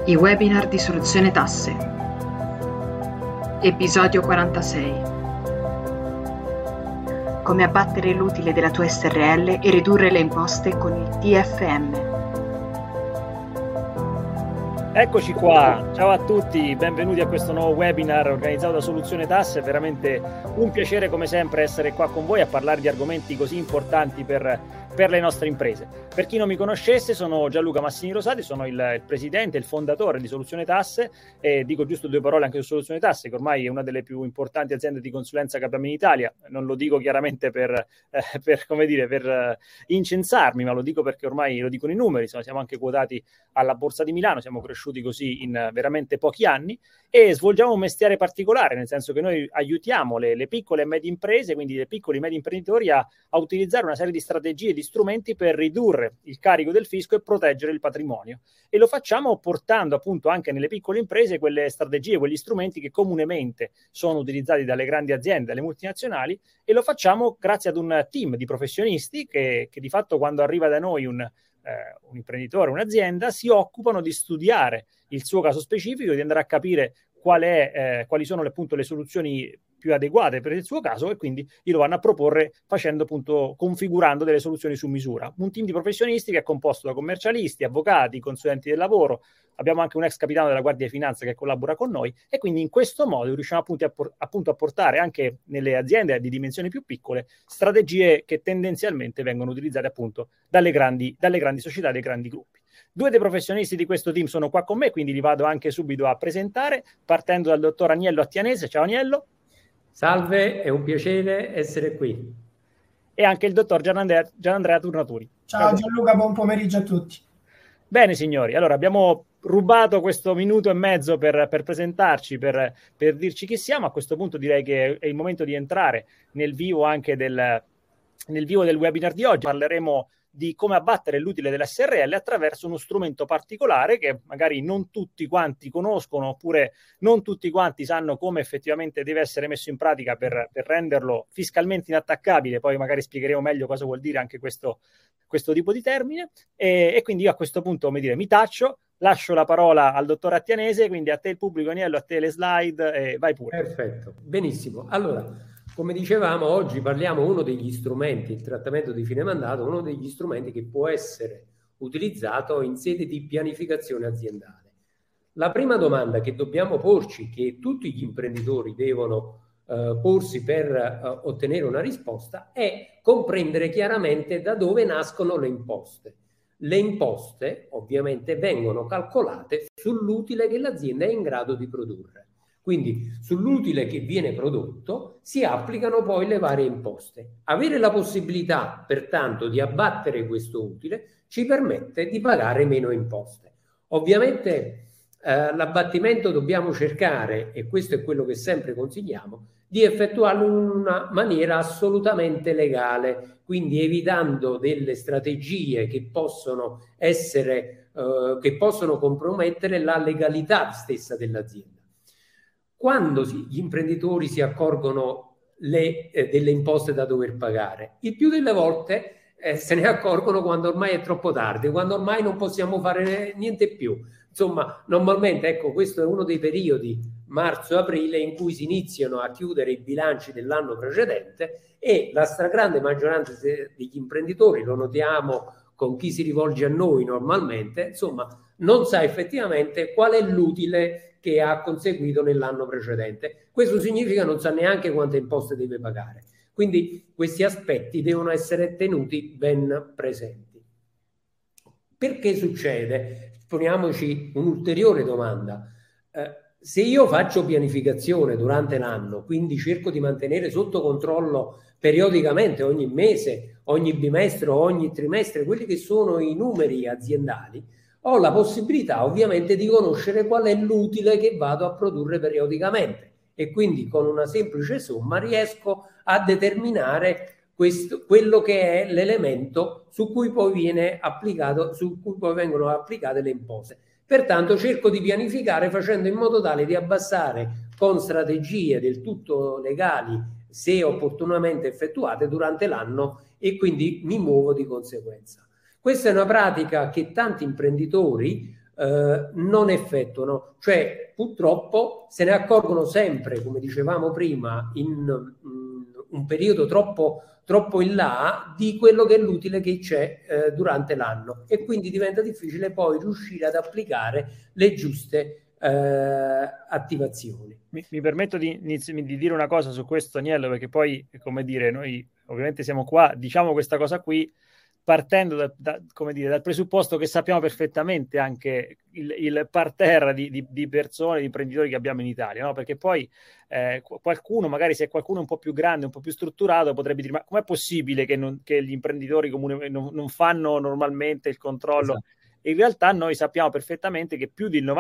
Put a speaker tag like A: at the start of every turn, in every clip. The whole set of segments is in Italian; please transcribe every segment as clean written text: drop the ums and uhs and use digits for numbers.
A: I webinar di Soluzione Tasse. Episodio 46. Come abbattere l'utile della tua SRL e ridurre le imposte con il TFM.
B: Eccoci qua, ciao a tutti, benvenuti a questo nuovo webinar organizzato da Soluzione Tasse. È veramente un piacere come sempre essere qua con voi a parlare di argomenti così importanti per le nostre imprese. Per chi non mi conoscesse, sono Gianluca Massini Rosati, sono il presidente e il fondatore di Soluzione Tasse e dico giusto due parole anche su Soluzione Tasse, che ormai è una delle più importanti aziende di consulenza che abbiamo in Italia. Non lo dico chiaramente per incensarmi, ma lo dico perché ormai lo dicono i numeri. Siamo anche quotati alla Borsa di Milano, siamo cresciuti così in veramente pochi anni e svolgiamo un mestiere particolare, nel senso che noi aiutiamo le piccole e medie imprese, quindi le piccoli e medi imprenditori a utilizzare una serie di strategie, di strumenti per ridurre il carico del fisco e proteggere il patrimonio. E lo facciamo portando appunto anche nelle piccole imprese quelle strategie, quegli strumenti che comunemente sono utilizzati dalle grandi aziende, dalle multinazionali, e lo facciamo grazie ad un team di professionisti che di fatto quando arriva da noi un imprenditore, un'azienda, si occupano di studiare il suo caso specifico, di andare a capire quali sono appunto le soluzioni più adeguate per il suo caso, e quindi glielo vanno a proporre facendo appunto, configurando delle soluzioni su misura. Un team di professionisti che è composto da commercialisti, avvocati, consulenti del lavoro. Abbiamo anche un ex capitano della Guardia di Finanza che collabora con noi, e quindi in questo modo riusciamo appunto a portare anche nelle aziende di dimensioni più piccole strategie che tendenzialmente vengono utilizzate appunto dalle grandi società, dai grandi gruppi. Due dei professionisti di questo team sono qua con me, quindi li vado anche subito a presentare, partendo dal dottor Agnello Attianese. Ciao Agnello.
C: Salve, è un piacere essere qui.
B: E anche il dottor Gianandrea Turnaturi.
D: Ciao Gianluca, buon pomeriggio a tutti.
B: Bene signori, allora abbiamo rubato questo minuto e mezzo per presentarci, per dirci chi siamo. A questo punto direi che è il momento di entrare nel vivo anche del webinar di oggi. Parleremo di come abbattere l'utile della SRL attraverso uno strumento particolare che magari non tutti quanti conoscono, oppure non tutti quanti sanno come effettivamente deve essere messo in pratica per renderlo fiscalmente inattaccabile. Poi magari spiegheremo meglio cosa vuol dire anche questo tipo di termine, e quindi io a questo punto mi taccio, lascio la parola al dottor Attianese, quindi a te il pubblico, Agnello, a te le slide, e vai pure.
C: Perfetto, benissimo. Allora, come dicevamo, oggi parliamo uno degli strumenti, il trattamento di fine mandato, uno degli strumenti che può essere utilizzato in sede di pianificazione aziendale. La prima domanda che dobbiamo porci, che tutti gli imprenditori devono porsi per ottenere una risposta, è comprendere chiaramente da dove nascono le imposte. Le imposte ovviamente vengono calcolate sull'utile che l'azienda è in grado di produrre. Quindi sull'utile che viene prodotto si applicano poi le varie imposte. Avere la possibilità, pertanto, di abbattere questo utile ci permette di pagare meno imposte. Ovviamente l'abbattimento dobbiamo cercare, e questo è quello che sempre consigliamo, di effettuarlo in una maniera assolutamente legale, quindi evitando delle strategie che possono compromettere la legalità stessa dell'azienda. Quando gli imprenditori si accorgono delle imposte da dover pagare, il più delle volte se ne accorgono quando ormai è troppo tardi, quando ormai non possiamo fare niente più. Insomma, normalmente, ecco, questo è uno dei periodi, marzo-aprile, in cui si iniziano a chiudere i bilanci dell'anno precedente, e la stragrande maggioranza degli imprenditori, lo notiamo con chi si rivolge a noi normalmente, insomma, non sa effettivamente qual è l'utile che ha conseguito nell'anno precedente. Questo significa non sa neanche quante imposte deve pagare. Quindi questi aspetti devono essere tenuti ben presenti. Perché succede? Poniamoci un'ulteriore domanda. Se io faccio pianificazione durante l'anno, quindi cerco di mantenere sotto controllo periodicamente, ogni mese, ogni bimestre o ogni trimestre, quelli che sono i numeri aziendali, ho la possibilità ovviamente di conoscere qual è l'utile che vado a produrre periodicamente, e quindi con una semplice somma riesco a determinare quello che è l'elemento su cui poi vengono applicate le imposte. Pertanto cerco di pianificare facendo in modo tale di abbassare con strategie del tutto legali, se opportunamente effettuate durante l'anno, e quindi mi muovo di conseguenza. Questa è una pratica che tanti imprenditori non effettuano, cioè purtroppo se ne accorgono sempre, come dicevamo prima, in un periodo troppo in là di quello che è l'utile che c'è durante l'anno, e quindi diventa difficile poi riuscire ad applicare le giuste attivazioni.
B: Mi permetto di dire una cosa su questo, Agnello, perché poi, come dire, noi ovviamente siamo qua, diciamo questa cosa qui partendo come dire, dal presupposto che sappiamo perfettamente anche il parterre di persone, di imprenditori che abbiamo in Italia, no? Perché poi qualcuno, magari se è qualcuno un po' più grande, un po' più strutturato, potrebbe dire: ma com'è possibile che gli imprenditori comuni non fanno normalmente il controllo? Esatto. In realtà noi sappiamo perfettamente che più del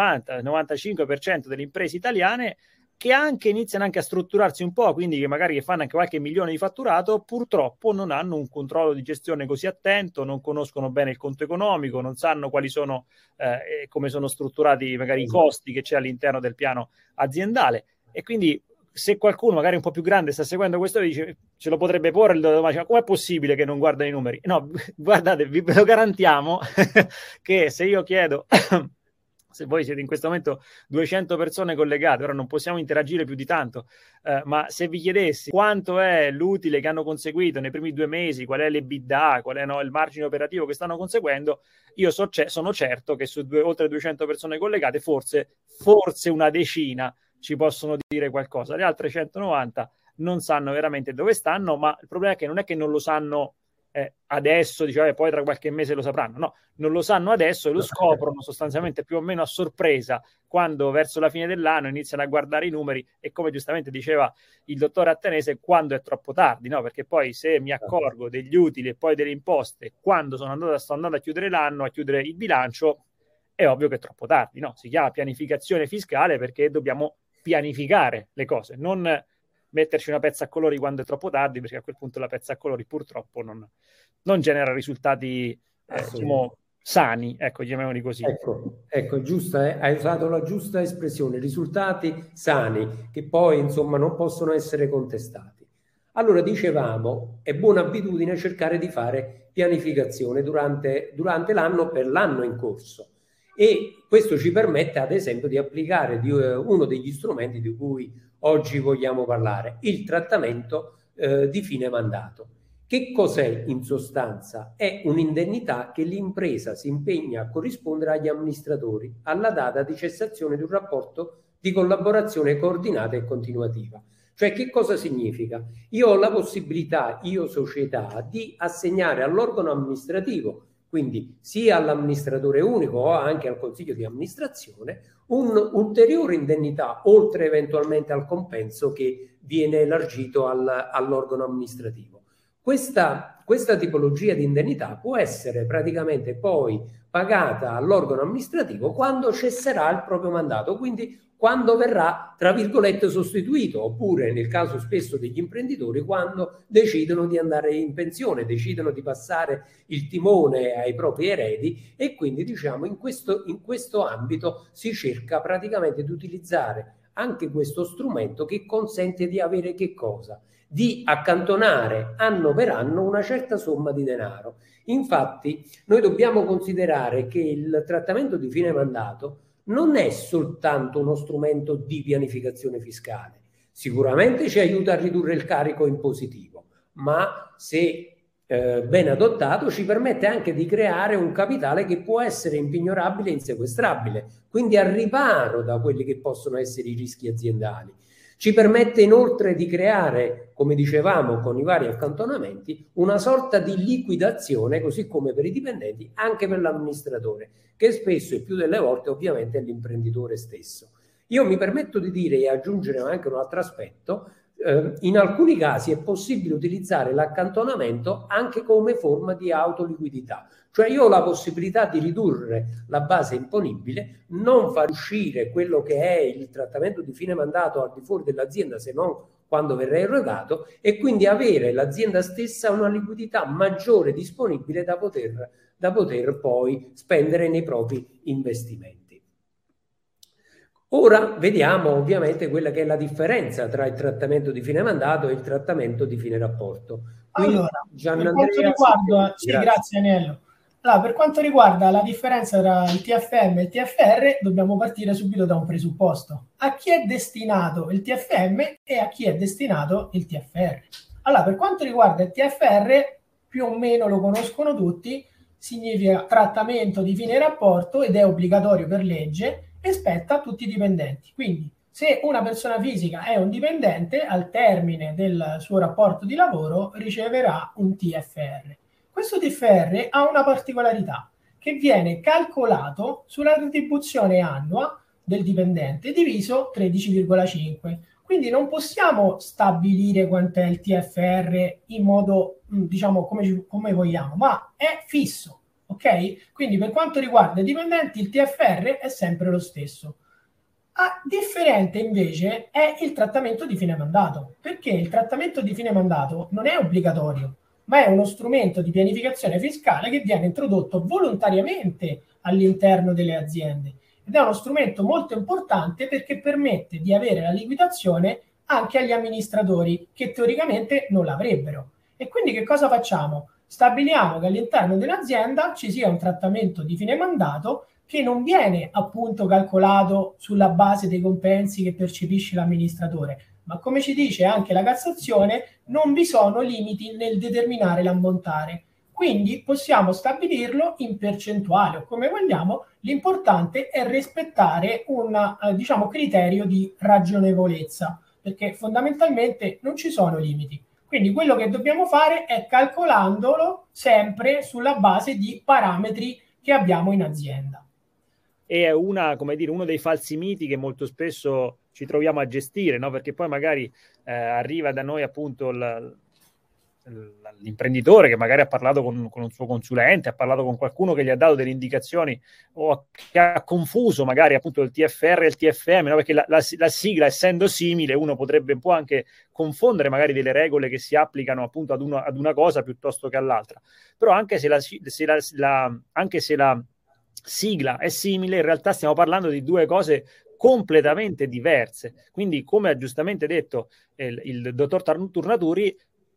B: 90-95% delle imprese italiane che anche iniziano anche a strutturarsi un po', quindi che magari fanno anche qualche milione di fatturato, purtroppo non hanno un controllo di gestione così attento, non conoscono bene il conto economico, non sanno quali sono, come sono strutturati magari i costi che c'è all'interno del piano aziendale. E quindi se qualcuno magari un po' più grande sta seguendo questo, dice, ce lo potrebbe porre il domani, ma com'è possibile che non guardano i numeri? No, guardate, ve lo garantiamo che se io chiedo... se voi siete in questo momento 200 persone collegate, ora non possiamo interagire più di tanto, ma se vi chiedessi quanto è l'utile che hanno conseguito nei primi 2 mesi, qual è l'EBITDA, qual è il margine operativo che stanno conseguendo, io sono certo che su oltre 200 persone collegate forse una decina ci possono dire qualcosa. Le altre 190 non sanno veramente dove stanno, ma il problema è che non è che non lo sanno adesso, diciamo, poi tra qualche mese lo sapranno. No, non lo sanno adesso e lo scoprono sostanzialmente più o meno a sorpresa quando verso la fine dell'anno iniziano a guardare i numeri, e come giustamente diceva il dottore Attanese, quando è troppo tardi, no? Perché poi se mi accorgo degli utili e poi delle imposte quando sto andando a chiudere l'anno, a chiudere il bilancio, è ovvio che è troppo tardi, no? Si chiama pianificazione fiscale perché dobbiamo pianificare le cose, non metterci una pezza a colori quando è troppo tardi, perché a quel punto la pezza a colori purtroppo non genera risultati diciamo, sani, ecco, chiamiamoli così.
C: Ecco, giusta, hai usato la giusta espressione, risultati sani, che poi insomma non possono essere contestati. Allora, dicevamo, è buona abitudine cercare di fare pianificazione durante l'anno, per l'anno in corso, e questo ci permette ad esempio di applicare uno degli strumenti di cui oggi vogliamo parlare, il trattamento di fine mandato. Che cos'è in sostanza? È un'indennità che l'impresa si impegna a corrispondere agli amministratori alla data di cessazione di un rapporto di collaborazione coordinata e continuativa. Cioè, che cosa significa? Io ho la possibilità, io società, di assegnare all'organo amministrativo, quindi sia all'amministratore unico o anche al consiglio di amministrazione, un'ulteriore indennità, oltre eventualmente al compenso che viene elargito all'organo amministrativo. Questa tipologia di indennità può essere praticamente poi pagata all'organo amministrativo quando cesserà il proprio mandato, quindi quando verrà, tra virgolette, sostituito, oppure nel caso spesso degli imprenditori quando decidono di andare in pensione, decidono di passare il timone ai propri eredi, e quindi diciamo in questo ambito si cerca praticamente di utilizzare anche questo strumento che consente di avere che cosa? Di accantonare anno per anno una certa somma di denaro. Infatti noi dobbiamo considerare che il trattamento di fine mandato non è soltanto uno strumento di pianificazione fiscale. Sicuramente ci aiuta a ridurre il carico impositivo, ma se ben adottato ci permette anche di creare un capitale che può essere impignorabile e insequestrabile, quindi al riparo da quelli che possono essere i rischi aziendali. Ci permette inoltre di creare, come dicevamo con i vari accantonamenti, una sorta di liquidazione, così come per i dipendenti, anche per l'amministratore, che spesso e più delle volte ovviamente è l'imprenditore stesso. Io mi permetto di dire e aggiungere anche un altro aspetto: in alcuni casi è possibile utilizzare l'accantonamento anche come forma di autoliquidità, cioè io ho la possibilità di ridurre la base imponibile, non far uscire quello che è il trattamento di fine mandato al di fuori dell'azienda se non quando verrà erogato, e quindi avere l'azienda stessa una liquidità maggiore disponibile da poter poi spendere nei propri investimenti. Ora vediamo ovviamente quella che è la differenza tra il trattamento di fine mandato e il trattamento di fine rapporto.
D: Allora, per quanto riguarda, sì, grazie Agnello. Allora, per quanto riguarda la differenza tra il TFM e il TFR, dobbiamo partire subito da un presupposto. A chi è destinato il TFM e a chi è destinato il TFR? Allora, per quanto riguarda il TFR, più o meno lo conoscono tutti, significa trattamento di fine rapporto ed è obbligatorio per legge e spetta a tutti i dipendenti. Quindi, se una persona fisica è un dipendente, al termine del suo rapporto di lavoro riceverà un TFR. Questo TFR ha una particolarità, che viene calcolato sulla retribuzione annua del dipendente diviso 13,5. Quindi non possiamo stabilire quant'è il TFR in modo, diciamo, come vogliamo, ma è fisso, ok? Quindi per quanto riguarda i dipendenti il TFR è sempre lo stesso. Differente invece è il trattamento di fine mandato, perché il trattamento di fine mandato non è obbligatorio, ma è uno strumento di pianificazione fiscale che viene introdotto volontariamente all'interno delle aziende ed è uno strumento molto importante perché permette di avere la liquidazione anche agli amministratori che teoricamente non l'avrebbero. E quindi che cosa facciamo? Stabiliamo che all'interno dell'azienda ci sia un trattamento di fine mandato che non viene appunto calcolato sulla base dei compensi che percepisce l'amministratore, ma come ci dice anche la Cassazione, non vi sono limiti nel determinare l'ammontare. Quindi possiamo stabilirlo in percentuale o come vogliamo, l'importante è rispettare un diciamo, criterio di ragionevolezza, perché fondamentalmente non ci sono limiti. Quindi quello che dobbiamo fare è calcolandolo sempre sulla base di parametri che abbiamo in azienda.
B: È uno dei falsi miti che molto spesso ci troviamo a gestire, no? Perché poi magari arriva da noi appunto l'imprenditore che magari ha parlato con un suo consulente, ha parlato con qualcuno che gli ha dato delle indicazioni o che ha confuso magari appunto il TFR e il TFM, no? Perché la sigla essendo simile uno può anche confondere magari delle regole che si applicano appunto ad una cosa piuttosto che all'altra. Però anche se la sigla è simile, in realtà stiamo parlando di due cose completamente diverse. Quindi, come ha giustamente detto il dottor Turnaturi,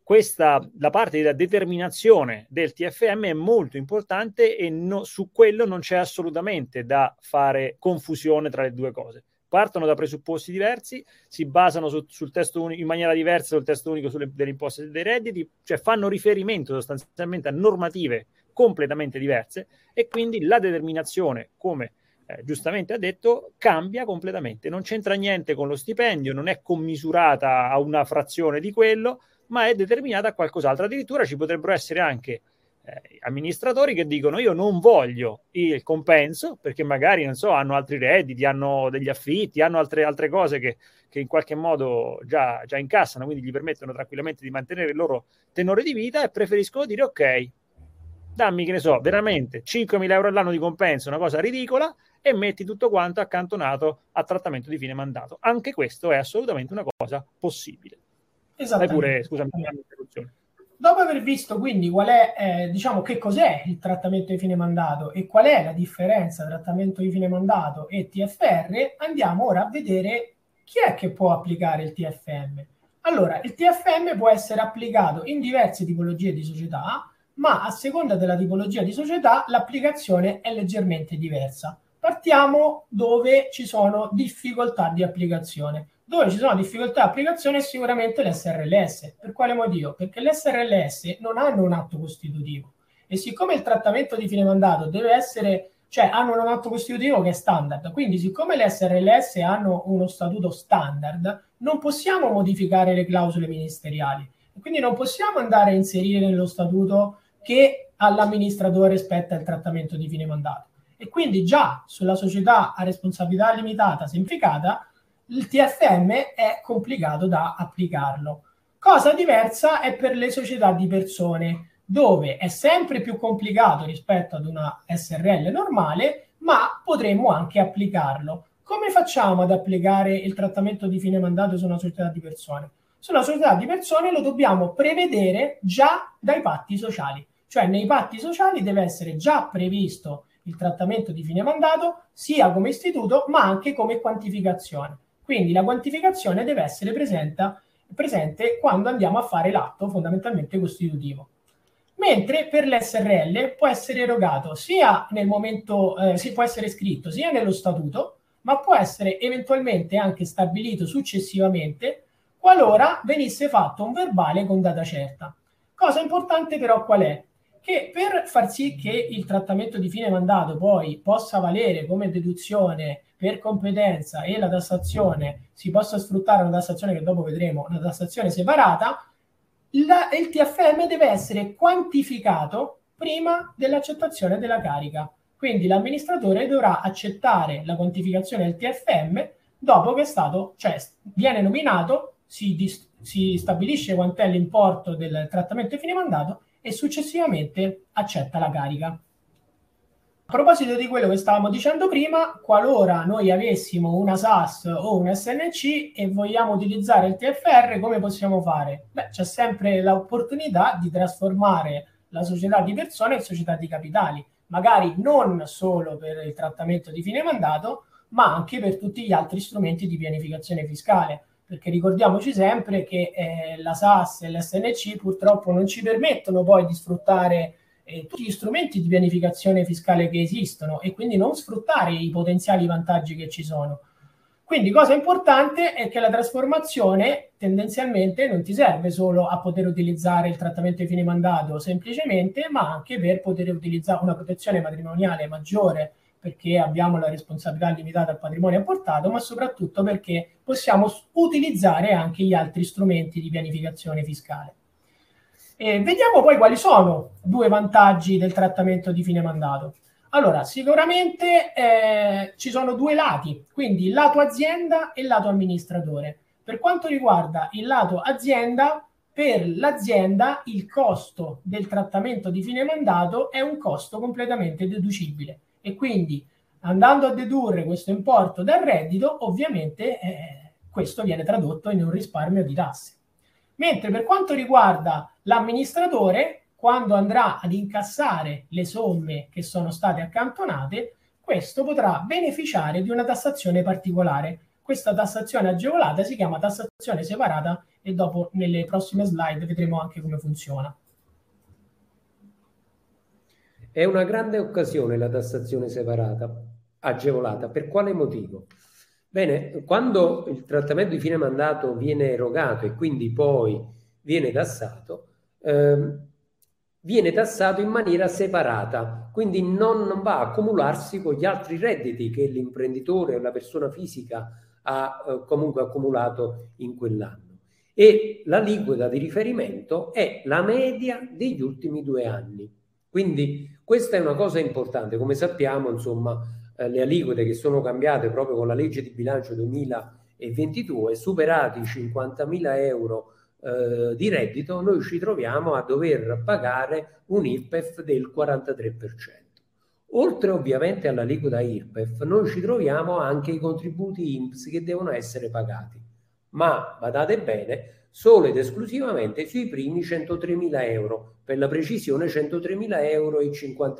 B: la parte della determinazione del TFM è molto importante e su quello non c'è assolutamente da fare confusione tra le due cose. Partono da presupposti diversi, si basano sul testo unico in maniera diversa sul testo unico delle imposte dei redditi, cioè fanno riferimento sostanzialmente a normative completamente diverse e quindi la determinazione, come giustamente ha detto, cambia completamente. Non c'entra niente con lo stipendio, non è commisurata a una frazione di quello, ma è determinata a qualcos'altro. Addirittura ci potrebbero essere anche amministratori che dicono io non voglio il compenso perché magari non so, hanno altri redditi, hanno degli affitti, hanno altre cose che in qualche modo già incassano, quindi gli permettono tranquillamente di mantenere il loro tenore di vita e preferiscono dire ok, dammi, che ne so, veramente 5.000 euro all'anno di compenso, una cosa ridicola, e metti tutto quanto accantonato a trattamento di fine mandato. Anche questo è assolutamente una cosa possibile.
D: Esattamente.
B: Scusami, un'interruzione.
D: Dopo aver visto quindi qual è, diciamo, che cos'è il trattamento di fine mandato e qual è la differenza tra trattamento di fine mandato e TFR, andiamo ora a vedere chi è che può applicare il TFM. Allora, il TFM può essere applicato in diverse tipologie di società, ma a seconda della tipologia di società l'applicazione è leggermente diversa. Partiamo dove ci sono difficoltà di applicazione. Dove ci sono difficoltà di applicazione è sicuramente l'SRLS. Per quale motivo? Perché l'SRLS non hanno un atto costitutivo e siccome il trattamento di fine mandato deve essere, cioè hanno un atto costitutivo che è standard, quindi siccome le SRLS hanno uno statuto standard, non possiamo modificare le clausole ministeriali e quindi non possiamo andare a inserire nello statuto che all'amministratore spetta il trattamento di fine mandato. E quindi già sulla società a responsabilità limitata semplificata il TFM è complicato da applicarlo. Cosa diversa è per le società di persone, dove è sempre più complicato rispetto ad una SRL normale, ma potremmo anche applicarlo. Come facciamo ad applicare il trattamento di fine mandato su una società di persone? Su una società di persone lo dobbiamo prevedere già dai patti sociali, cioè nei patti sociali deve essere già previsto il trattamento di fine mandato sia come istituto ma anche come quantificazione. Quindi la quantificazione deve essere presente quando andiamo a fare l'atto fondamentalmente costitutivo. Mentre per l'SRL può essere erogato sia nel momento, può essere scritto sia nello statuto, ma può essere eventualmente anche stabilito successivamente qualora venisse fatto un verbale con data certa. Cosa importante però qual è? Che per far sì che il trattamento di fine mandato poi possa valere come deduzione per competenza e la tassazione si possa sfruttare una tassazione che dopo vedremo, una tassazione separata, il TFM deve essere quantificato prima dell'accettazione della carica. Quindi l'amministratore dovrà accettare la quantificazione del TFM dopo che è stato, cioè viene nominato, si stabilisce quant'è l'importo del trattamento di fine mandato e successivamente accetta la carica. A proposito di quello che stavamo dicendo prima, qualora noi avessimo una SAS o un SNC e vogliamo utilizzare il TFR, come possiamo fare? Beh, c'è sempre l'opportunità di trasformare la società di persone in società di capitali, magari non solo per il trattamento di fine mandato, ma anche per tutti gli altri strumenti di pianificazione fiscale, perché ricordiamoci sempre che la SAS e l'SNC purtroppo non ci permettono poi di sfruttare tutti gli strumenti di pianificazione fiscale che esistono e quindi non sfruttare i potenziali vantaggi che ci sono. Quindi cosa importante è che la trasformazione tendenzialmente non ti serve solo a poter utilizzare il trattamento di fine mandato semplicemente, ma anche per poter utilizzare una protezione patrimoniale maggiore, perché abbiamo la responsabilità limitata al patrimonio apportato, ma soprattutto perché possiamo utilizzare anche gli altri strumenti di pianificazione fiscale. Vediamo poi quali sono due vantaggi del trattamento di fine mandato. Allora, sicuramente ci sono due lati, quindi il lato azienda e il lato amministratore. Per quanto riguarda il lato azienda, per l'azienda il costo del trattamento di fine mandato è un costo completamente deducibile e quindi andando a dedurre questo importo dal reddito, ovviamente questo viene tradotto in un risparmio di tasse. Mentre per quanto riguarda l'amministratore, quando andrà ad incassare le somme che sono state accantonate, questo potrà beneficiare di una tassazione particolare. Questa tassazione agevolata si chiama tassazione separata e dopo nelle prossime slide vedremo anche come funziona.
C: È una grande occasione la tassazione separata, agevolata. Per quale motivo? Bene, quando il trattamento di fine mandato viene erogato e quindi poi viene tassato in maniera separata, quindi non va a accumularsi con gli altri redditi che l'imprenditore o la persona fisica ha comunque accumulato in quell'anno. E l'aliquota di riferimento è la media degli ultimi 2 anni. Quindi questa è una cosa importante. Come sappiamo, insomma, le aliquote che sono cambiate proprio con la legge di bilancio 2022, superati i 50.000 euro di reddito, noi ci troviamo a dover pagare un IRPEF del 43%. Oltre ovviamente all'aliquota IRPEF, noi ci troviamo anche i contributi INPS che devono essere pagati, ma badate bene, solo ed esclusivamente sui primi 103.000 euro, per la precisione 103.000 euro e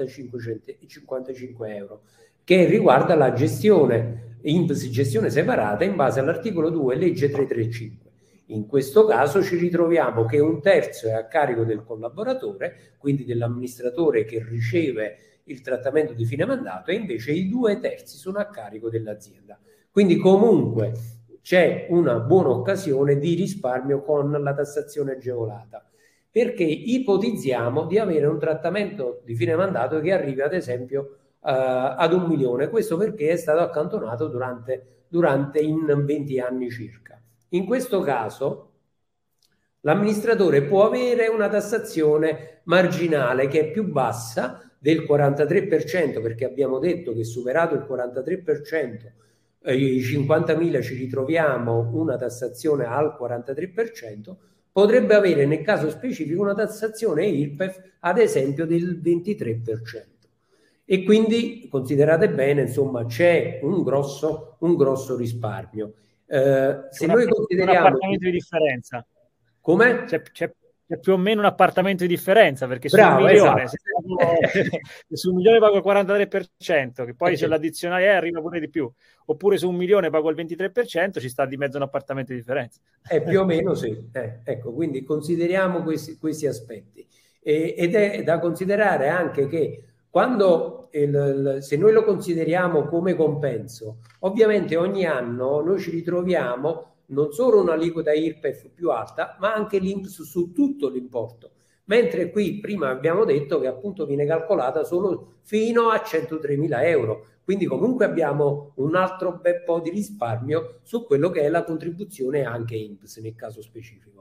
C: 55 euro, che riguarda la gestione INPS gestione separata in base all'articolo 2 legge 335. In questo caso ci ritroviamo che 1/3 è a carico del collaboratore, quindi dell'amministratore che riceve il trattamento di fine mandato, e invece i 2/3 sono a carico dell'azienda. Quindi comunque c'è una buona occasione di risparmio con la tassazione agevolata, perché ipotizziamo di avere un trattamento di fine mandato che arrivi ad esempio ad 1 milione, questo perché è stato accantonato durante in 20 anni circa. In questo caso l'amministratore può avere una tassazione marginale che è più bassa del 43%, perché abbiamo detto che superato il 43%, i 50.000 ci ritroviamo una tassazione al 43%, potrebbe avere nel caso specifico una tassazione IRPEF ad esempio del 23%. E quindi considerate bene, insomma, c'è un grosso risparmio. Se noi consideriamo
B: un appartamento di differenza.
C: Come?
B: C'è più o meno un appartamento di differenza, perché
C: bravo,
B: su 1 milione,
C: esatto.
B: su 1 milione pago il 43%, che poi se l'addizionale arriva pure di più, oppure su 1 milione pago il 23%, ci sta di mezzo un appartamento di differenza.
C: Più o meno sì. Ecco, quindi consideriamo questi aspetti. ed è da considerare anche che quando se noi lo consideriamo come compenso, ovviamente ogni anno noi ci ritroviamo non solo un'aliquota IRPEF più alta, ma anche l'INPS su tutto l'importo. Mentre qui prima abbiamo detto che appunto viene calcolata solo fino a 103.000 euro. Quindi comunque abbiamo un altro bel po' di risparmio su quello che è la contribuzione anche INPS nel caso specifico.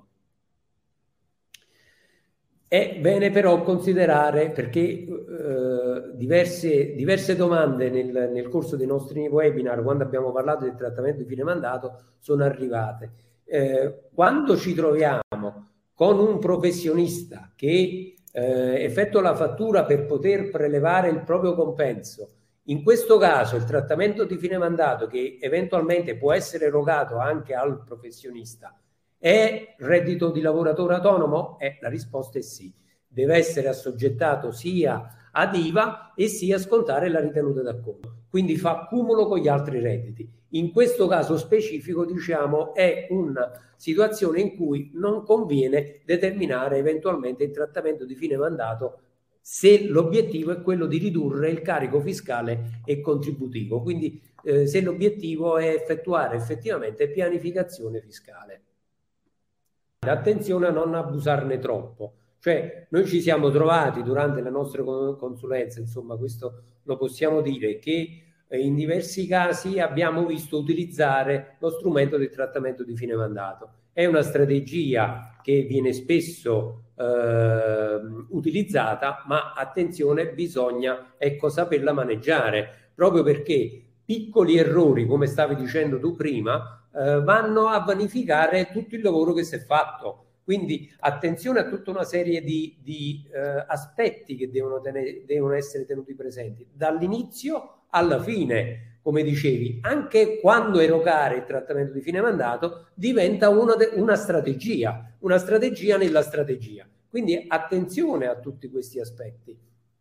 C: È bene però considerare, perché diverse domande nel corso dei nostri webinar, quando abbiamo parlato del trattamento di fine mandato, sono arrivate. Quando ci troviamo con un professionista che effettua la fattura per poter prelevare il proprio compenso, in questo caso il trattamento di fine mandato, che eventualmente può essere erogato anche al professionista, è reddito di lavoratore autonomo? La risposta è sì. Deve essere assoggettato sia ad IVA e sia scontare la ritenuta d'acconto. Quindi fa cumulo con gli altri redditi. In questo caso specifico, diciamo, è una situazione in cui non conviene determinare eventualmente il trattamento di fine mandato se l'obiettivo è quello di ridurre il carico fiscale e contributivo. Quindi se l'obiettivo è effettuare effettivamente pianificazione fiscale. Attenzione a non abusarne troppo, cioè noi ci siamo trovati durante le nostre consulenze, insomma questo lo possiamo dire, che in diversi casi abbiamo visto utilizzare lo strumento del trattamento di fine mandato. È una strategia che viene spesso utilizzata, ma attenzione, bisogna saperla maneggiare, proprio perché piccoli errori, come stavi dicendo tu prima, vanno a vanificare tutto il lavoro che si è fatto. Quindi attenzione a tutta una serie di aspetti che devono essere tenuti presenti dall'inizio alla fine. Come dicevi, anche quando erogare il trattamento di fine mandato diventa una strategia nella strategia. Quindi attenzione a tutti questi aspetti.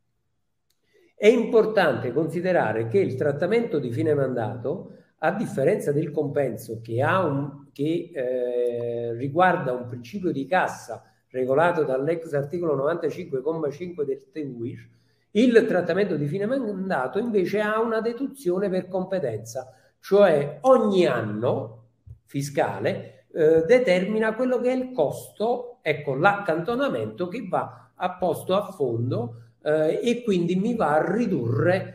C: È importante considerare che il trattamento di fine mandato, a differenza del compenso che riguarda un principio di cassa regolato dall'ex articolo 95,5 del TUIR, il trattamento di fine mandato invece ha una deduzione per competenza, cioè ogni anno fiscale determina quello che è il costo, ecco, l'accantonamento che va apposto a fondo e quindi mi va a ridurre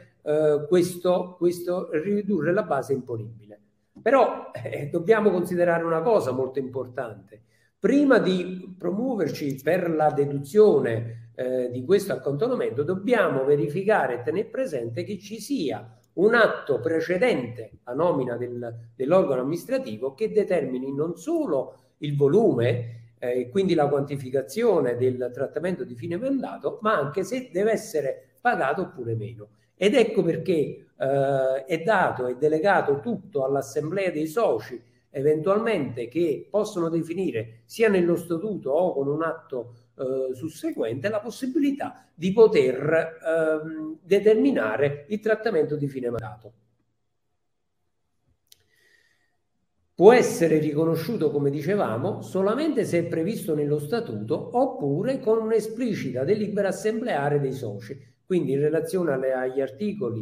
C: ridurre la base imponibile. Però dobbiamo considerare una cosa molto importante. Prima di promuoverci per la deduzione di questo accantonamento, dobbiamo verificare e tenere presente che ci sia un atto precedente a nomina dell'organo amministrativo che determini non solo il volume, quindi la quantificazione del trattamento di fine mandato, ma anche se deve essere pagato oppure meno. Ed ecco perché è delegato tutto all'assemblea dei soci, eventualmente, che possono definire sia nello statuto o con un atto susseguente la possibilità di poter determinare il trattamento di fine mandato. Può essere riconosciuto, come dicevamo, solamente se è previsto nello statuto oppure con un'esplicita delibera assembleare dei soci, quindi in relazione agli articoli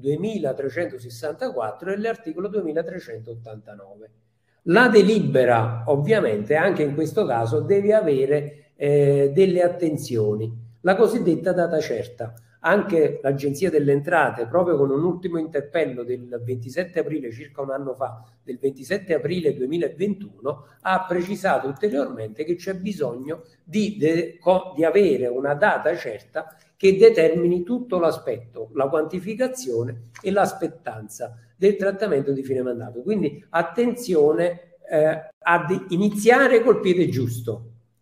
C: 2364 e l'articolo 2389. La delibera, ovviamente, anche in questo caso deve avere delle attenzioni, la cosiddetta data certa. Anche l'Agenzia delle Entrate, proprio con un ultimo interpello del 27 aprile, circa un anno fa, del 27 aprile 2021, ha precisato ulteriormente che c'è bisogno di avere una data certa che determini tutto l'aspetto, la quantificazione e l'aspettanza del trattamento di fine mandato. Quindi attenzione ad iniziare col piede giusto.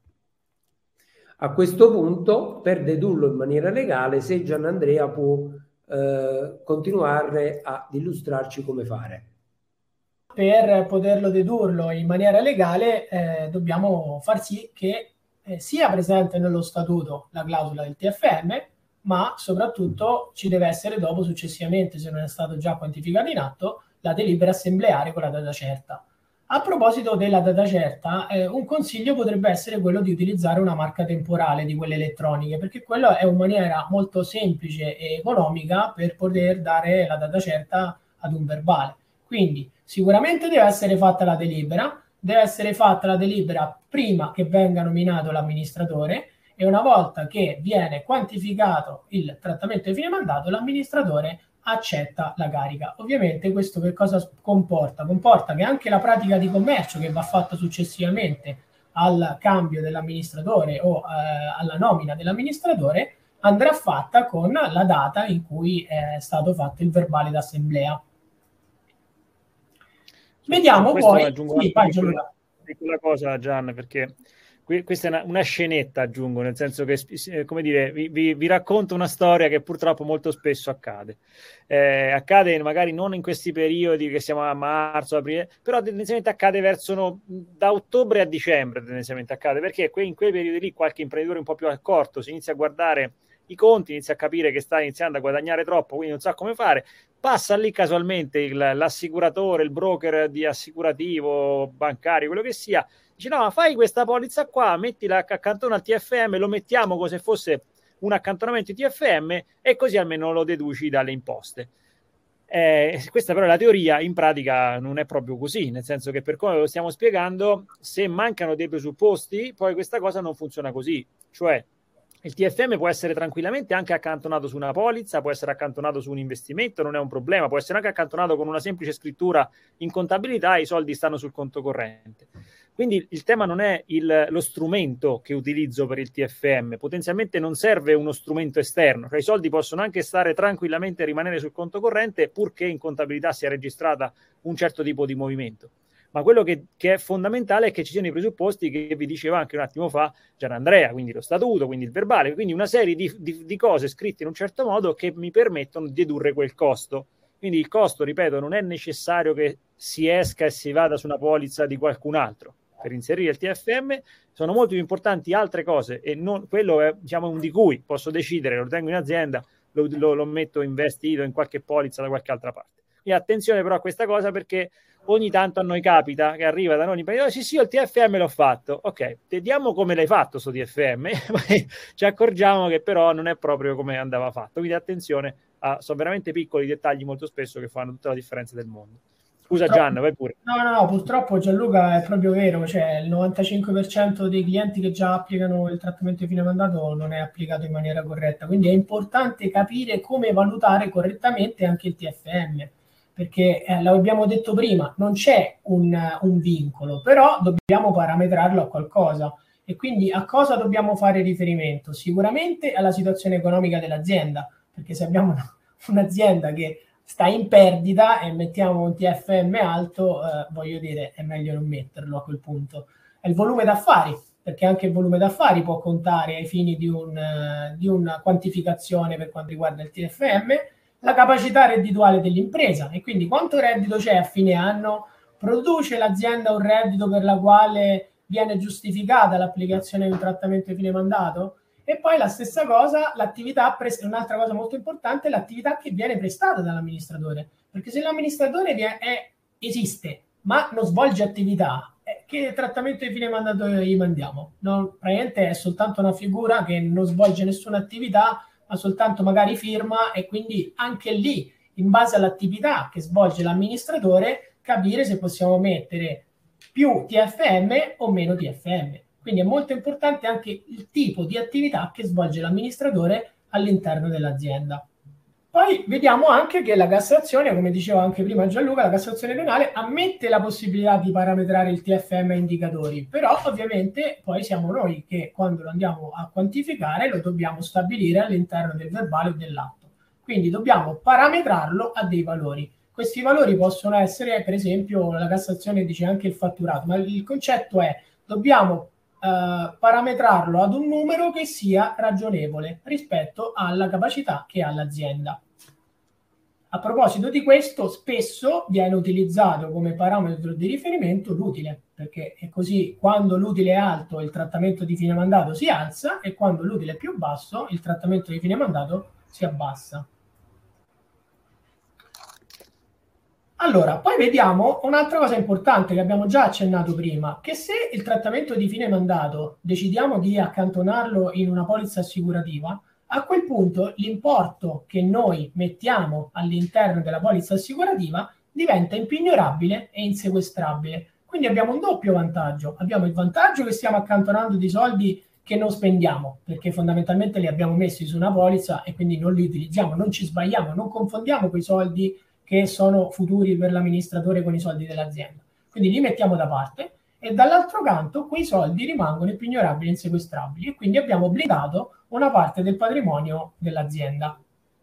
C: A questo punto, per dedurlo in maniera legale, se Gianandrea può continuare ad illustrarci come fare.
D: Per poterlo dedurlo in maniera legale dobbiamo far sì che sia presente nello statuto la clausola del TFM, ma soprattutto ci deve essere dopo, successivamente, se non è stato già quantificato in atto, la delibera assembleare con la data certa. A proposito della data certa, un consiglio potrebbe essere quello di utilizzare una marca temporale di quelle elettroniche, perché quella è una maniera molto semplice e economica per poter dare la data certa ad un verbale. Quindi sicuramente deve essere fatta la delibera prima che venga nominato l'amministratore, e una volta che viene quantificato il trattamento di fine mandato, l'amministratore accetta la carica. Ovviamente questo che cosa comporta? Comporta che anche la pratica di commercio che va fatta successivamente al cambio dell'amministratore o alla nomina dell'amministratore andrà fatta con la data in cui è stato fatto il verbale d'assemblea. Vediamo poi...
B: Sì, piccola cosa, Gian, perché questa è una scenetta, aggiungo, nel senso che, come dire, vi racconto una storia che purtroppo molto spesso accade. Accade magari non in questi periodi che siamo a marzo, aprile, però tendenzialmente accade da ottobre a dicembre, tendenzialmente accade, perché in quei periodi lì qualche imprenditore un po' più accorto si inizia a guardare i conti, inizia a capire che sta iniziando a guadagnare troppo, quindi non sa come fare, passa lì casualmente l'assicuratore, il broker di assicurativo, bancario, quello che sia, dice no, fai questa polizza qua, mettila accanto al TFM, lo mettiamo come se fosse un accantonamento di TFM e così almeno lo deduci dalle imposte. Questa però è la teoria, in pratica non è proprio così, nel senso che per come lo stiamo spiegando, se mancano dei presupposti, poi questa cosa non funziona così, cioè il TFM può essere tranquillamente anche accantonato su una polizza, può essere accantonato su un investimento, non è un problema, può essere anche accantonato con una semplice scrittura in contabilità e i soldi stanno sul conto corrente. Quindi il tema non è lo strumento che utilizzo per il TFM, potenzialmente non serve uno strumento esterno, cioè i soldi possono anche stare tranquillamente e rimanere sul conto corrente purché in contabilità sia registrata un certo tipo di movimento. Ma quello che è fondamentale è che ci siano i presupposti che vi diceva anche un attimo fa Gianandrea, quindi lo statuto, quindi il verbale, quindi una serie di cose scritte in un certo modo che mi permettono di dedurre quel costo. Quindi il costo, ripeto, non è necessario che si esca e si vada su una polizza di qualcun altro. Per inserire il TFM sono molto più importanti altre cose e non, quello è, diciamo, un di cui posso decidere, lo tengo in azienda, lo metto investito in qualche polizza da qualche altra parte. Quindi attenzione però a questa cosa, perché ogni tanto a noi capita che arriva da noi, sì, io il TFM l'ho fatto, ok, vediamo come l'hai fatto sto TFM, ci accorgiamo che però non è proprio come andava fatto, quindi attenzione, sono veramente piccoli dettagli molto spesso che fanno tutta la differenza del mondo. Scusa Gianna, vai pure.
D: No, purtroppo Gianluca è proprio vero, cioè il 95% dei clienti che già applicano il trattamento di fine mandato non è applicato in maniera corretta, quindi è importante capire come valutare correttamente anche il TFM, perché l'abbiamo detto prima, non c'è un vincolo, però dobbiamo parametrarlo a qualcosa, e quindi a cosa dobbiamo fare riferimento? Sicuramente alla situazione economica dell'azienda, perché se abbiamo un'azienda che sta in perdita e mettiamo un TFM alto, voglio dire, è meglio non metterlo a quel punto. È il volume d'affari, perché anche il volume d'affari può contare ai fini di una quantificazione per quanto riguarda il TFM, la capacità reddituale dell'impresa, e quindi quanto reddito c'è a fine anno, produce l'azienda un reddito per la quale viene giustificata l'applicazione di un trattamento di fine mandato. E poi la stessa cosa, l'attività, un'altra cosa molto importante, l'attività che viene prestata dall'amministratore, perché se l'amministratore esiste ma non svolge attività, che trattamento di fine mandato gli mandiamo? No, praticamente è soltanto una figura che non svolge nessuna attività, ma soltanto magari firma, e quindi anche lì, in base all'attività che svolge l'amministratore, capire se possiamo mettere più TFM o meno TFM. Quindi è molto importante anche il tipo di attività che svolge l'amministratore all'interno dell'azienda. Poi vediamo anche che la Cassazione, come diceva anche prima Gianluca, la Cassazione penale ammette la possibilità di parametrare il TFM a indicatori, però ovviamente poi siamo noi che quando lo andiamo a quantificare lo dobbiamo stabilire all'interno del verbale o dell'atto. Quindi dobbiamo parametrarlo a dei valori. Questi valori possono essere, per esempio, la Cassazione dice anche il fatturato, ma il concetto è dobbiamo parametrarlo ad un numero che sia ragionevole rispetto alla capacità che ha l'azienda. A proposito di questo, spesso viene utilizzato come parametro di riferimento l'utile, perché è così: quando l'utile è alto il trattamento di fine mandato si alza, e quando l'utile è più basso il trattamento di fine mandato si abbassa. Allora, poi vediamo un'altra cosa importante che abbiamo già accennato prima, che se il trattamento di fine mandato decidiamo di accantonarlo in una polizza assicurativa, a quel punto l'importo che noi mettiamo all'interno della polizza assicurativa diventa impignorabile e insequestrabile. Quindi abbiamo un doppio vantaggio. Abbiamo il vantaggio che stiamo accantonando dei soldi che non spendiamo, perché fondamentalmente li abbiamo messi su una polizza e quindi non li utilizziamo, non ci sbagliamo, non confondiamo quei soldi che sono futuri per l'amministratore con i soldi dell'azienda. Quindi li mettiamo da parte e dall'altro canto quei soldi rimangono impignorabili e insequestrabili e quindi abbiamo blindato una parte del patrimonio dell'azienda.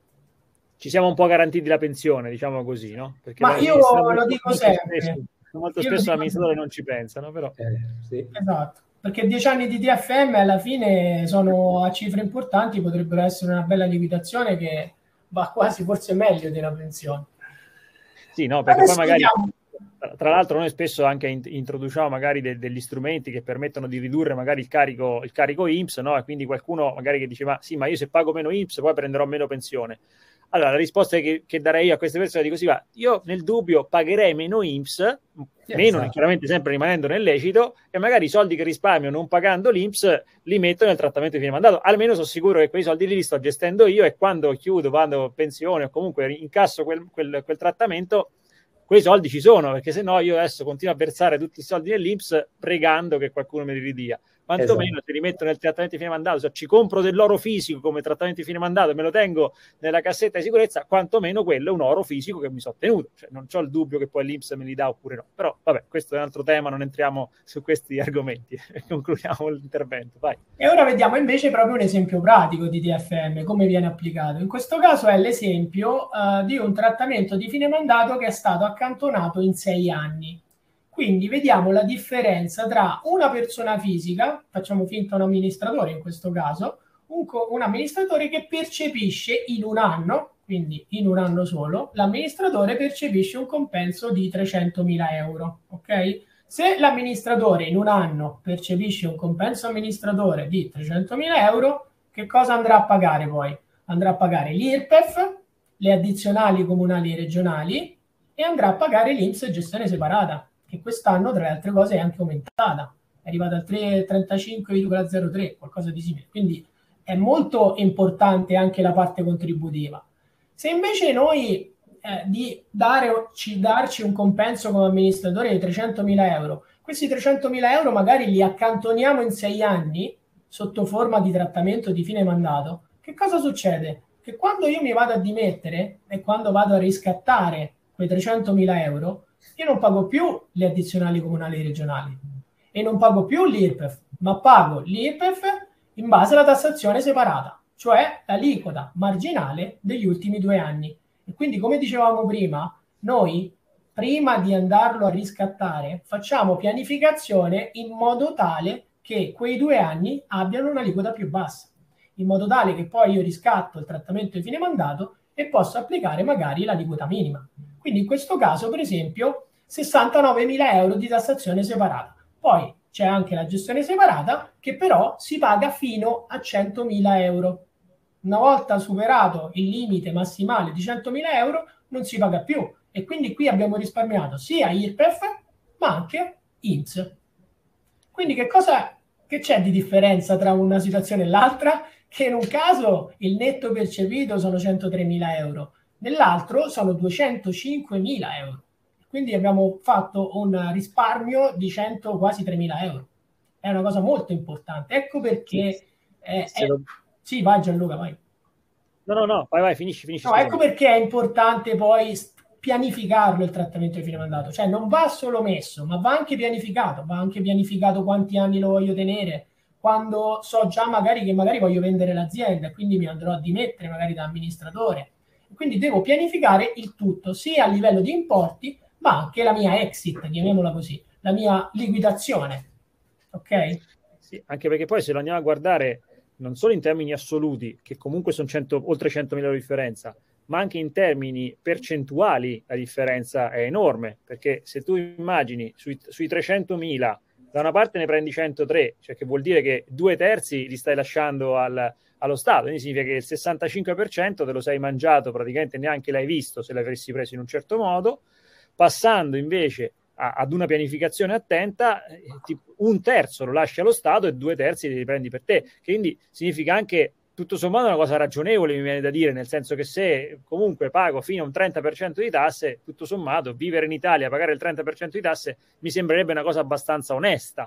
B: Ci siamo un po' garantiti la pensione, diciamo così, no? Perché
D: ma io lo dico sempre.
B: Molto spesso l'amministratore non ci pensano, però.
D: Sì. Esatto, perché 10 anni di TFM alla fine sono a cifre importanti, potrebbero essere una bella liquidazione che va quasi forse meglio della pensione.
B: Sì, no, perché poi magari, tra l'altro noi spesso anche introduciamo magari degli strumenti che permettono di ridurre magari il carico INPS, no? E quindi qualcuno magari che dice, ma sì, ma io se pago meno INPS poi prenderò meno pensione. Allora, la risposta che darei io a queste persone dico, sì, va, io nel dubbio pagherei meno INPS, meno chiaramente sempre rimanendo nel lecito, e magari i soldi che risparmio non pagando l'INPS li metto nel trattamento di fine mandato. Almeno sono sicuro che quei soldi li sto gestendo io e quando chiudo, vado in pensione o comunque incasso quel trattamento, quei soldi ci sono, perché se no io adesso continuo a versare tutti i soldi nell'INPS pregando che qualcuno me li ridia. Quantomeno se li metto nel trattamento di fine mandato, cioè ci compro dell'oro fisico come trattamento di fine mandato e me lo tengo nella cassetta di sicurezza, quantomeno quello è un oro fisico che mi sono tenuto, cioè non c'ho il dubbio che poi l'INPS me li dà oppure no. Però vabbè, questo è un altro tema, non entriamo su questi argomenti. Concludiamo l'intervento, vai.
D: E ora vediamo invece proprio un esempio pratico di TFM, come viene applicato. In questo caso è l'esempio di un trattamento di fine mandato che è stato accantonato in 6 anni. Quindi vediamo la differenza tra una persona fisica, facciamo finta un amministratore in questo caso, un amministratore che percepisce in un anno, quindi in un anno solo, l'amministratore percepisce un compenso di 300.000 euro, ok? Se l'amministratore in un anno percepisce un compenso amministratore di 300.000 euro, che cosa andrà a pagare poi? Andrà a pagare l'IRPEF, le addizionali comunali e regionali e andrà a pagare l'INPS gestione separata, che quest'anno tra le altre cose è anche aumentata, è arrivata al 35,03, qualcosa di simile, quindi è molto importante anche la parte contributiva. Se invece noi di darci un compenso come amministratore di 300.000 euro, questi 300.000 euro magari li accantoniamo in 6 anni sotto forma di trattamento di fine mandato, che cosa succede? Che quando io mi vado a dimettere e quando vado a riscattare quei 300.000 euro, io non pago più le addizionali comunali e regionali e non pago più l'IRPEF, ma pago l'IRPEF in base alla tassazione separata, cioè l'aliquota marginale degli ultimi 2 anni. E quindi, come dicevamo prima, noi prima di andarlo a riscattare facciamo pianificazione in modo tale che quei 2 anni abbiano un'aliquota più bassa, in modo tale che poi io riscatto il trattamento di fine mandato e posso applicare magari l'aliquota minima. Quindi in questo caso, per esempio, 69.000 euro di tassazione separata. Poi c'è anche la gestione separata che però si paga fino a 100.000 euro. Una volta superato il limite massimale di 100.000 euro non si paga più e quindi qui abbiamo risparmiato sia IRPEF ma anche INPS. Quindi che c'è di differenza tra una situazione e l'altra? Che in un caso il netto percepito sono 103.000 euro, nell'altro sono 205.000 euro. Quindi abbiamo fatto un risparmio di quasi 3.000 euro. È una cosa molto importante. Ecco perché... Sì, vai Gianluca, vai.
B: No, vai, finisci.
D: No, ecco perché è importante poi pianificarlo il trattamento di fine mandato. Cioè non va solo messo, ma va anche pianificato quanti anni lo voglio tenere, quando so già che magari voglio vendere l'azienda, quindi mi andrò a dimettere magari da amministratore. Quindi devo pianificare il tutto, sia a livello di importi, ma anche la mia exit, chiamiamola così, la mia liquidazione. Ok?
B: Sì, anche perché poi se lo andiamo a guardare non solo in termini assoluti, che comunque sono oltre 100.000 euro di differenza, ma anche in termini percentuali la differenza è enorme, perché se tu immagini sui 300.000, da una parte ne prendi 103, cioè che vuol dire che 2/3 li stai lasciando allo Stato, quindi significa che il 65% te lo sei mangiato, praticamente neanche l'hai visto se l'avresti preso in un certo modo, passando invece ad una pianificazione attenta, un terzo lo lasci allo Stato e 2/3 li prendi per te. Quindi significa anche, tutto sommato, una cosa ragionevole, mi viene da dire, nel senso che se comunque pago fino a un 30% di tasse, tutto sommato vivere in Italia, pagare il 30% di tasse mi sembrerebbe una cosa abbastanza onesta.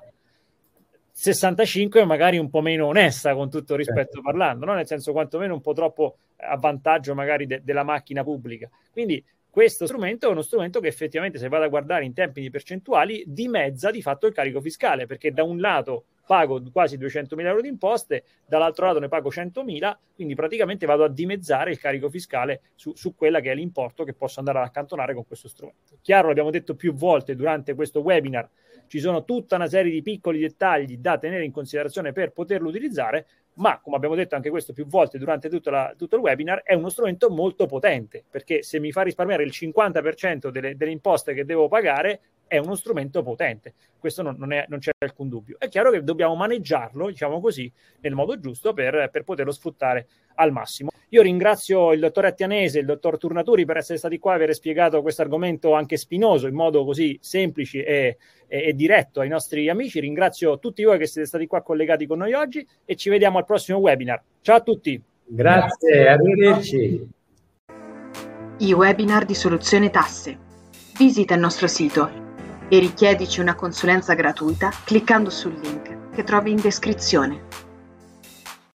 B: 65 magari un po' meno onesta, con tutto il rispetto parlando, no? Nel senso, quantomeno un po' troppo a vantaggio magari della macchina pubblica. Quindi questo strumento è uno strumento che effettivamente, se vado a guardare in termini percentuali, dimezza di fatto il carico fiscale, perché da un lato pago quasi 200.000 euro di imposte, dall'altro lato ne pago 100.000, quindi praticamente vado a dimezzare il carico fiscale su quella che è l'importo che posso andare ad accantonare con questo strumento. Chiaro, l'abbiamo detto più volte durante questo webinar, ci sono tutta una serie di piccoli dettagli da tenere in considerazione per poterlo utilizzare, ma come abbiamo detto anche questo più volte durante tutto il webinar, è uno strumento molto potente, perché se mi fa risparmiare il 50% delle imposte che devo pagare, è uno strumento potente. Questo non c'è alcun dubbio. È chiaro che dobbiamo maneggiarlo, diciamo così, nel modo giusto per poterlo sfruttare al massimo. Io ringrazio il dottor Attianese e il dottor Turnaturi per essere stati qua e aver spiegato questo argomento anche spinoso in modo così semplice e diretto ai nostri amici. Ringrazio tutti voi che siete stati qua collegati con noi oggi e ci vediamo al prossimo webinar. Ciao a tutti.
C: Grazie, arrivederci.
A: I webinar di Soluzione Tasse. Visita il nostro sito e richiedici una consulenza gratuita cliccando sul link che trovi in descrizione.